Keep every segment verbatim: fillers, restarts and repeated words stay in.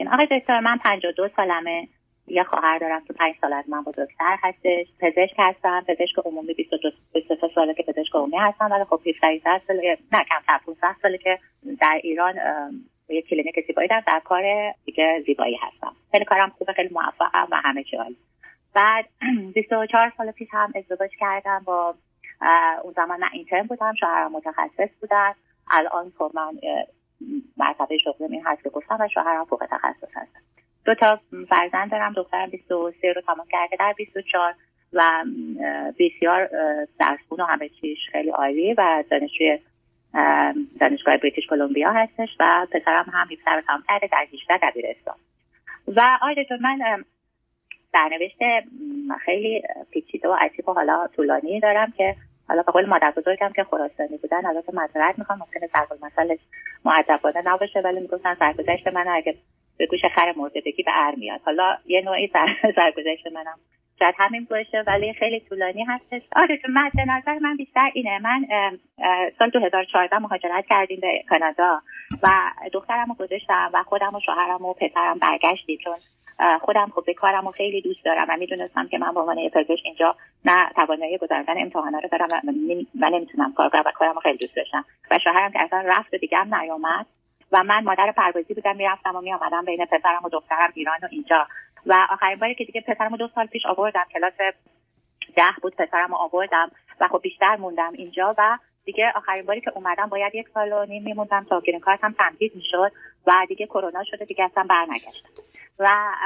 آقای دکتر، من پنجاه و دو سالمه، یه خواهر دارم که پنج سال از من بزرگتر هستش. پزشک هستم، پزشک عمومی. بیست و سه ساله که پزشک عمومی هستم، ولی خب هفده ساله نه کمتر پانزده ساله که در ایران یه کلینیک زیبایی دارم، در کار دیگه زیبایی هستم. خیلی کارم خوبه، خیلی موفقم و همه چی عالی. بعد بیست و چهار سال پیش هم ازدواج کردم با اون زمان من اینترن بودم، شوهرم متخصص بودن. الان خب من مرتبه شغلم این هست که گفتم و شوهرم فوق تخصص هستن. دو تا فرزند دارم، دخترم بیست و سه رو تمام کرده در بیست و چهار و بسیار درسخون و همه چیش خیلی عالی و دانشجوی دانشگاه بریتیش کلمبیا هستش و پسرم هم هفده رو تمام کرده در هجده دبیرستان. و آیده جون من سرنوشت خیلی پیچیده و عجیب و حالا طولانی دارم که حالا به قول مادر بزرگم که خراسانی بودن، البته معذرت میخوام، ممکنه ضرب‌المثلش مؤدبانه نباشه، ولی میگفتن سرگذشت من اگه به گوش خر مرده بگی به ار میاد. حالا یه نوعی سرگذشت منم شاید همین باشه، ولی خیلی طولانی هستش. آره تو مد نظر من بیشتر اینه. من سال دو هزار و چهارده مهاجرت کردیم به کانادا و دخترم رو گذاشتم و خودم و شوهرم و پسرم برگشتیم، چون خودم خب به کارم رو خیلی دوست دارم و میدونستم که من به عنوان پزشک اینجا نه توانایی گذاردن امتحانا رو دارم و من نمیتونم کار کنم و کارم رو خیلی دوست داشتم و شوهرم که اصلا رفت و دیگه هم نیامد و من مادر پروازی بودم، میرفتم و میامدم بین پسرم و دخترم ایران و اینجا. و آخرین باری که دیگه پسرمو دو سال پیش آوردم، کلاس ده بود، پسرمو آوردم و خب بیشتر موندم اینجا و دیگه آخرین باری که اومدم باید یک سال و نیم میموندم تا گرین کارتم تمدید میشد و دیگه کرونا شده، دیگه اصلا برنگشتم. و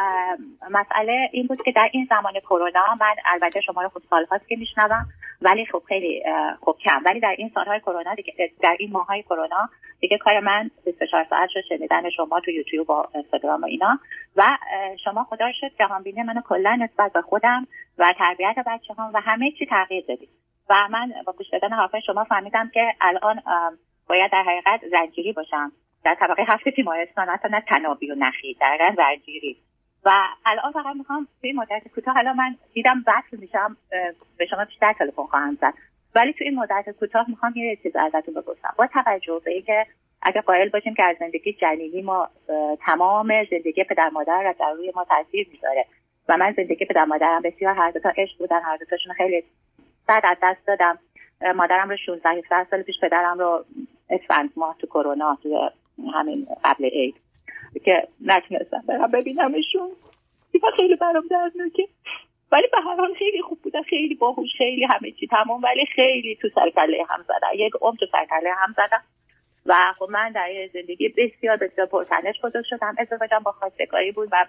مسئله این بود که در این زمان کرونا من البته شما رو خود سال‌هاست که میشنوم ولی خب خیلی خب کم، ولی در این سال‌های کرونا دیگه، در این ماه‌های کرونا دیگه کار من بیست و چهار ساعت شد شنیدن شما تو یوتیوب و اینستاگرام و اینا و شما خدا رو شکر جهانبینی منو کلا نسبت به خودم و تربیت بچه‌هام و همه چی تغییر دادید و من با گوش دادن حرفای شما فهمیدم که الان باید در حقیقت زنجیری باشم در طبقه هفت تیمارستان، اصلا نه تنابی و نخی، در حقیقت زنجیری. و الان فقط میخوام توی مدت کوتاه، حالا من دیدم وصل میشم به شما بیشتر تلفن خواهم زد، ولی توی این مدت کوتاه میخوام یه چیز ازتون بپرسم. با توجه به اینکه اگه قائل باشیم که از زندگی جنینی ما تمام زندگی پدر مادر را در روی ما تاثیر میذاره و من زندگی پدر مادرم بسیار هر دو تا عشق بودن، هر دو تاشون خیلی بعد از دست دادم. مادرم رو شانزده هفده سال پیش، پدرم رو اسفند ماه تو کرونا، تو همین قبل عید که نتونستم برم ببینمشون. دیگه خیلی برام دردناکه، ولی به هر حال خیلی خوب بودن، خیلی باهوش، خیلی همه چی تمام، ولی خیلی تو سرکله هم زدن، یک عمر تو سرکله هم زدن. و خب من در زندگی بسیار بسیار پرتنش بزرگ شدم. ازدواجم با خواستگاری بود و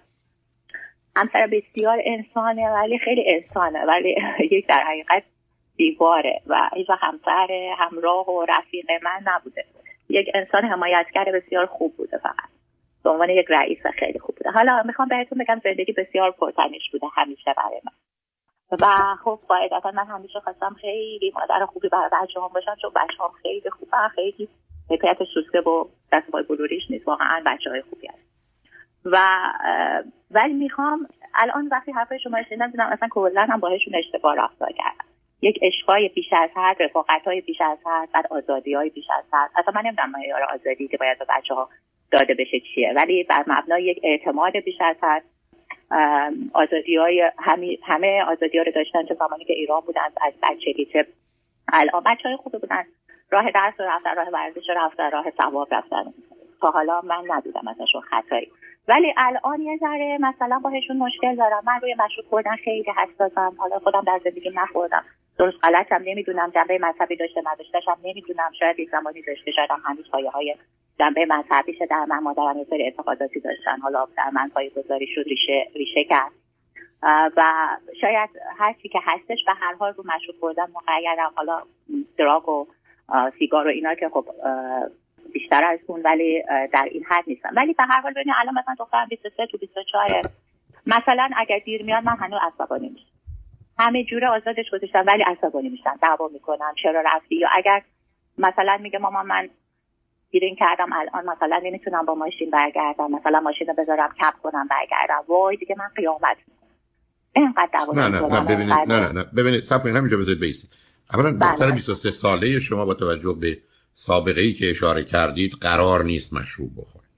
همسر بسیار انسانه ولی خیلی انسانه ولی یک در حقیقت دیواره و هیچ وقت همسر همراه و رفیق من نبوده. یک انسان حمایتگر بسیار خوب بوده، فقط به عنوان یک رئیس خیلی خوب بوده. حالا میخوام بهتون بگم زندگی بسیار پرتنش بوده همیشه برای من و خب قاعدتا من همیشه خواستم خیلی مادر خوبی برای بچه‌هام باشم، چون بچه‌هام خیلی خوبن، خیلی حکایت سوسکه و دستمال بلوریش نیست، واقعا بچه‌های خوبی هست. و ولی میخوام الان وقتی حرفای شما شنیدم دیدم اصلا کلا هم باهاشون اشتباه رفتار کردم. یک عشقای بیش از حد، رفاقت‌های بیش از حد، بعد آزادی‌های بیش از حد. اصلا من نمیدونم معیار آزادی که باید به بچه‌ها داده بشه چیه، ولی بر مبنای یک اعتماد بیش از حد، آزادی‌های همه همه آزادی‌ها رو داشتن. چه زمانی که ایران بودن از بچگی، چه الان بچه‌های خوبی بودن، راه درس رو رفتن، راه ورزش رو رفتن، راه ثواب رفتن. تا حالا من ندیدم ازشون خطایی. ولی الان یه ذره مثلا باهاشون مشکل دارم. من روی مشروب خوردن خیلی حساسم. حالا خودم در زندگی نخوردم، درست غلطم نمیدونم، جنبه مذهبی داشته نداشته‌ش هم نمیدونم، شاید یک زمانی داشته، شاید هم هنوز پایه‌های جنبه مذهبیشه در من. مادرم یه سری اعتقاداتی داشتن، حالا در من پایه‌گذاری شد، ریشه ریشه کرد و شاید هر چی که هستش به هر حال رو مشروب خوردن مقیدم. حالا دراگ و سیگار و اینا که خب بیشتر از اون، ولی در این حد نیستم. ولی به هر حال ببینید الان مثلا دخترم بیست و سه تو بیست و چهار، مثلا اگر دیر میاد من هنوز عصبانی میشم، همه جوره آزادش گذاشتم ولی عصبانی میشم، دعوا میکنم چرا رفتی، یا اگر مثلا میگه مامان من گیرین کردم الان مثلا نمیتونم با ماشین برگردم، مثلا ماشین رو بذارم کپ کنم برگردم، وای دیگه من قیامت اینقدر دعوا نه نه نه ببینید نه نه نه ببینید صبر کنید همینجا بذارید بیستید. اولا دختر بیست و سه ساله شما با توجه به سابقه ای که اشاره کردید قرار نیست مشروب بخوره.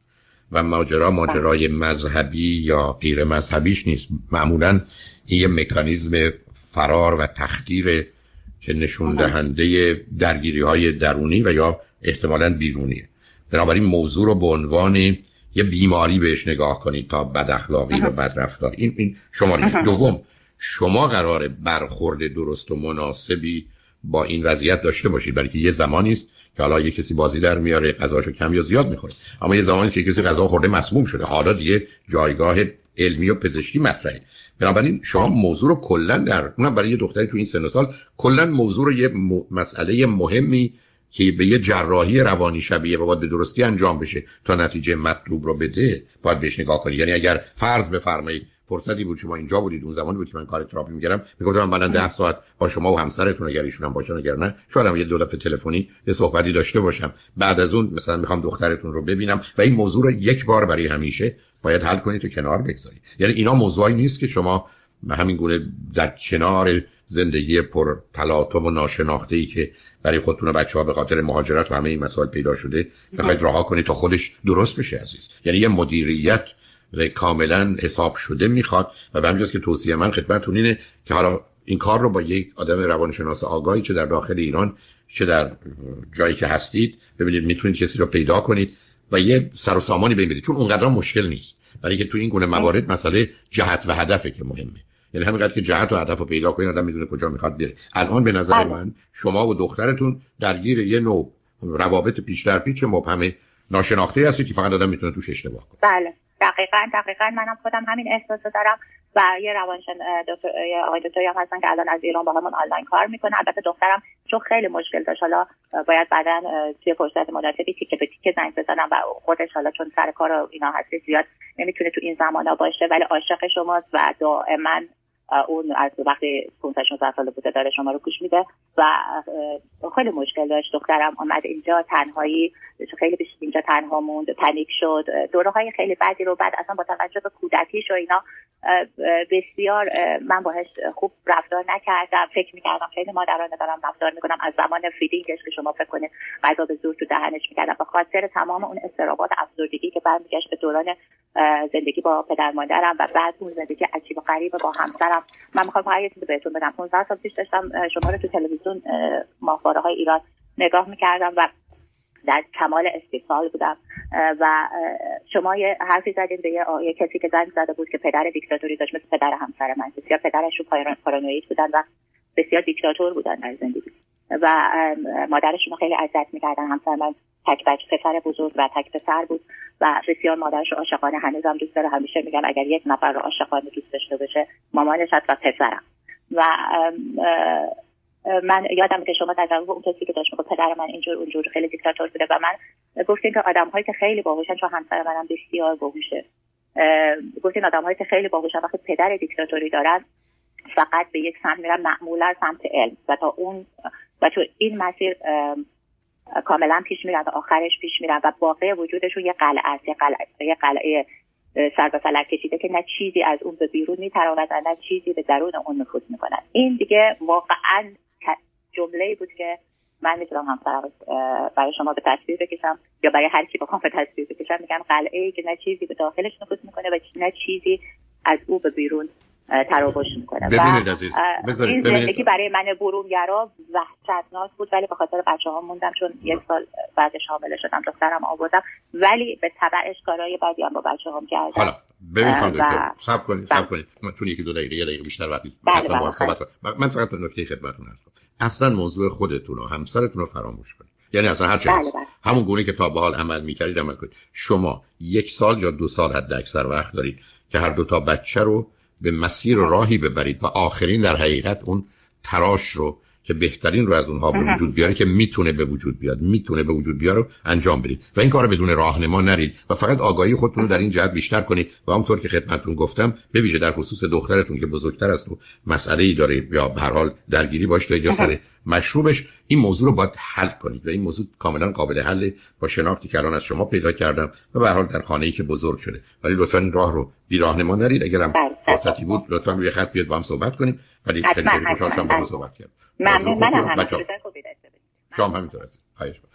و ماجرا ماجرای مذهبی یا غیر مذهبیش نیست. معمولاً این یه مکانیزم فرار و تخدیر که نشون دهنده درگیری‌های درونی و یا احتمالاً بیرونیه. بنابراین موضوع رو به عنوان یه بیماری بهش نگاه کنید تا بد اخلاقی و بد رفتار. این این شماره دوم، شما قراره برخورد درست و مناسبی با این وضعیت داشته باشید، برای که یه زمانی است که حالا یه کسی بازی در میاره غذاشو کم یا زیاد میخوره، اما یه زمانی است که کسی غذا خورده مسموم شده، حالا دیگه جایگاه علمی و پزشکی مطرحه. بنابراین شما موضوع رو کلا در اونم برای یه دختری تو این سن و سال کلا موضوع رو یه م... مسئله مهمی که به یه جراحی روانی شبیه و باید به درستی انجام بشه تا نتیجه مطلوب رو بده باید بهش نگاه کنید. یعنی اگر فرض بفرمایید فرصتی بود شما اینجا بودید اون زمانی بود که من کار تراپی می‌کردم، میگفتم من ده ساعت با شما و همسرتون اگر ایشون هم باشن اگر نه شاید هم یه دو دفعه تلفنی یه صحبتی داشته باشم، بعد از اون مثلا میخوام دخترتون رو ببینم و این موضوع رو یک بار برای همیشه باید حل کنید و کنار بگذارید. یعنی اینا موضوعی نیست که شما همین گونه در کنار زندگی پر تلاطم و ناشناخته‌ای که برای خودتون و بچه‌ها به خاطر مهاجرت و همه این مسائل پیدا شده بخواید رها کنید تا خودش درست بشه عزیز. یعنی یه مدیریت کاملا حساب شده میخواد و به همینجاست که توصیه من خدمتتون اینه که حالا این کار رو با یک آدم روانشناس آگاهی چه در داخل ایران چه در جایی که هستید ببینید میتونید کسی رو پیدا کنید و یه سر و سامانی ببینید، چون اونقدر مشکل نیست، برای که تو این گونه موارد مسئله جهت و هدفه که مهمه. یعنی همینقدر که جهت و هدف رو پیدا کنید آدم میدونه کجا میخواد بره. الان به نظر من شما و دخترتون درگیر یه نوع روابط پیش در پیچ مبهم ناشناخته هستید که فقط آدم میتونه توش اشتباه کنه. بله دقیقاً دقیقاً منم خودم همین احساس دارم و یه روانشن دکتر آقای دکتری هم هستن که الان از ایران با همون آنلاین کار میکنه. البته دخترم چون خیلی مشکل داشت حالا باید بعداً توی فرصت مناسبی تیکه به تیکه زنگ بزنم و خودش حالا چون سر کار و اینا هست زیاد نمیتونه تو این زمانا باشه، ولی عاشق شماست و دائما اون از وقتی پانزده شانزده سال بوده داره شما رو گوش میده و خیلی مشکل داشت. دخترم اومد اینجا تنهایی خیلی بیشتر اینجا تنها موند، پنیک شد، دوره‌های خیلی بدی رو بعد اصلا با توجه به کودکیش و اینا بسیار من باهاش خوب رفتار نکردم. فکر می‌کردم خیلی مادرانه دارم رفتار می‌کنم، از زمان فیدینگش که شما فکر کنید غذا به زور تو دهنش می‌کردم به خاطر تمام اون اضطرابات افسردگی که برمیگشت به دوران زندگی با پدر مادرم و بعد اون زندگی عجیب و غریب با همسرم. من می‌خوام فقط یه چیزی بهتون بگم. پانزده سال پیش داشتم شما رو تو تلویزیون ماهواره‌های ایران نگاه می‌کردم و در کمال استیصال بودم و شما یه حرفی زدین به یه کسی که زنگ زده بود که پدر دیکتاتوری داشت مثل پدر همسر من، بسیار پدرشون پارانوید بودن و بسیار دیکتاتور بودن در زندگی و مادرشون خیلی اذیت می‌کردن. همسر من تک بچه پسر بزرگ و تک پسر بود و بسیار مادرش عاشقانه هنوزم دوست داره. همیشه میگم اگر یک نفر رو عاشقانه دوست داشته باشه مامانش هست و پسرم. و من یادم که شما در جواب اون کسی که داشت میگفت پدر من اینجور اونجور خیلی دیکتاتور بوده و من گفتین که آدم‌هایی که خیلی باهوشن، چون همسر منم بسیار باهوشه، گفتین آدم‌هایی که خیلی باهوشن وقتی پدر دیکتاتوری دارن فقط به یک سمت میرن، معمولا سمت علم و تا اون و تو این مسیر کاملا پیش میرن و آخرش پیش میرن و باقی وجودشون یه قلعه است، یه قلعه یه قلعه سر به فلک کشیده که نه چیزی از اون به بیرون میتراند نه چیزی به درون اون نفوذ میکنن. این دیگه واقعا جمله‌ای بود که من میتونم همسرم برای شما به تصویر بکشم یا برای هر کی بخوام به تصویر بکشم. میگم قلعه‌ای که نه چیزی به داخلش نفوذ میکنه و نه چیزی از او به بیرون تراوش میکنه. ببینید عزیز، این زندگی برای من برونگرا وحشتناک بود، ولی به خاطر بچه‌ها موندم چون یک سال بعدش حامله شدم، دخترم آوردم، ولی به تبعش کارهای بعدی هم با بچه‌هام کردم. حالا ببین خانم دکتر صبر کنید صبر کنید چون یکی دو دقیقه یه دقیقه بیشتر وقت نیست حتما با صحبت کنم. من فقط نکته خدمتتون هست، اصلا موضوع خودتون و همسرتون رو فراموش کنید. یعنی اصلا هر چیز همون گونه که تا به حال عمل می‌کردید عمل کنید. شما یک سال یا دو سال حد اکثر وقت دارید که هر دو تا بچه رو به مسیر و راهی ببرید و آخرین در حقیقت اون تراش رو که بهترین رو از اونها به وجود بیاره که میتونه به وجود بیاد میتونه به وجود بیاره رو انجام بدید و این کارو بدون راهنما نرید و فقط آگاهی خودتون رو در این جهت بیشتر کنید. و همونطور که خدمتتون گفتم به ویژه در خصوص دخترتون که بزرگتر است و مسئله‌ای داره یا به هر حال درگیری باشه یا سر مشروبش، این موضوع رو باید حل کنید و این موضوع کاملا قابل حل با شناختی که الان از شما پیدا کردم و به هر حال در خانه‌ای که بزرگ شده. ولی لطفاً این راه رو بی راهنما نرید. اگرم فرصتی بود لطفاً روی خط بیاد با هم صحبت کنیم. ولی خیلی خوشحال شدم با صحبت کردم. ممنون. منم همینطور خوبی داشته باشید. شما همینطور هستید. خواهش می‌کنم.